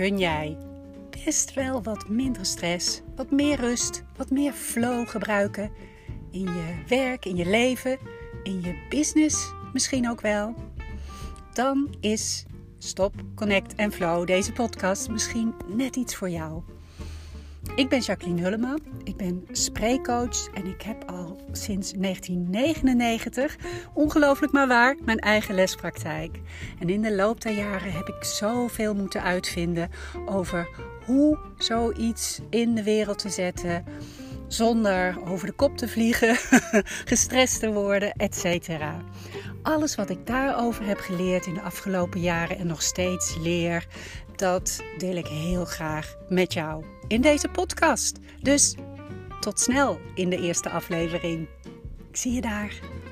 kun jij best wel wat minder stress, wat meer rust, wat meer flow gebruiken in je werk, in je leven, in je business misschien ook wel. Dan is Stop, Connect en Flow, deze podcast, misschien net iets voor jou. Ik ben Jacqueline Hullema, ik ben spreekcoach en ik heb al sinds 1999, ongelooflijk maar waar, mijn eigen lespraktijk. En in de loop der jaren heb ik zoveel moeten uitvinden over hoe zoiets in de wereld te zetten, zonder over de kop te vliegen, gestrest te worden, etc. Alles wat ik daarover heb geleerd in de afgelopen jaren en nog steeds leer, dat deel ik heel graag met jou in deze podcast. Dus tot snel in de eerste aflevering. Ik zie je daar.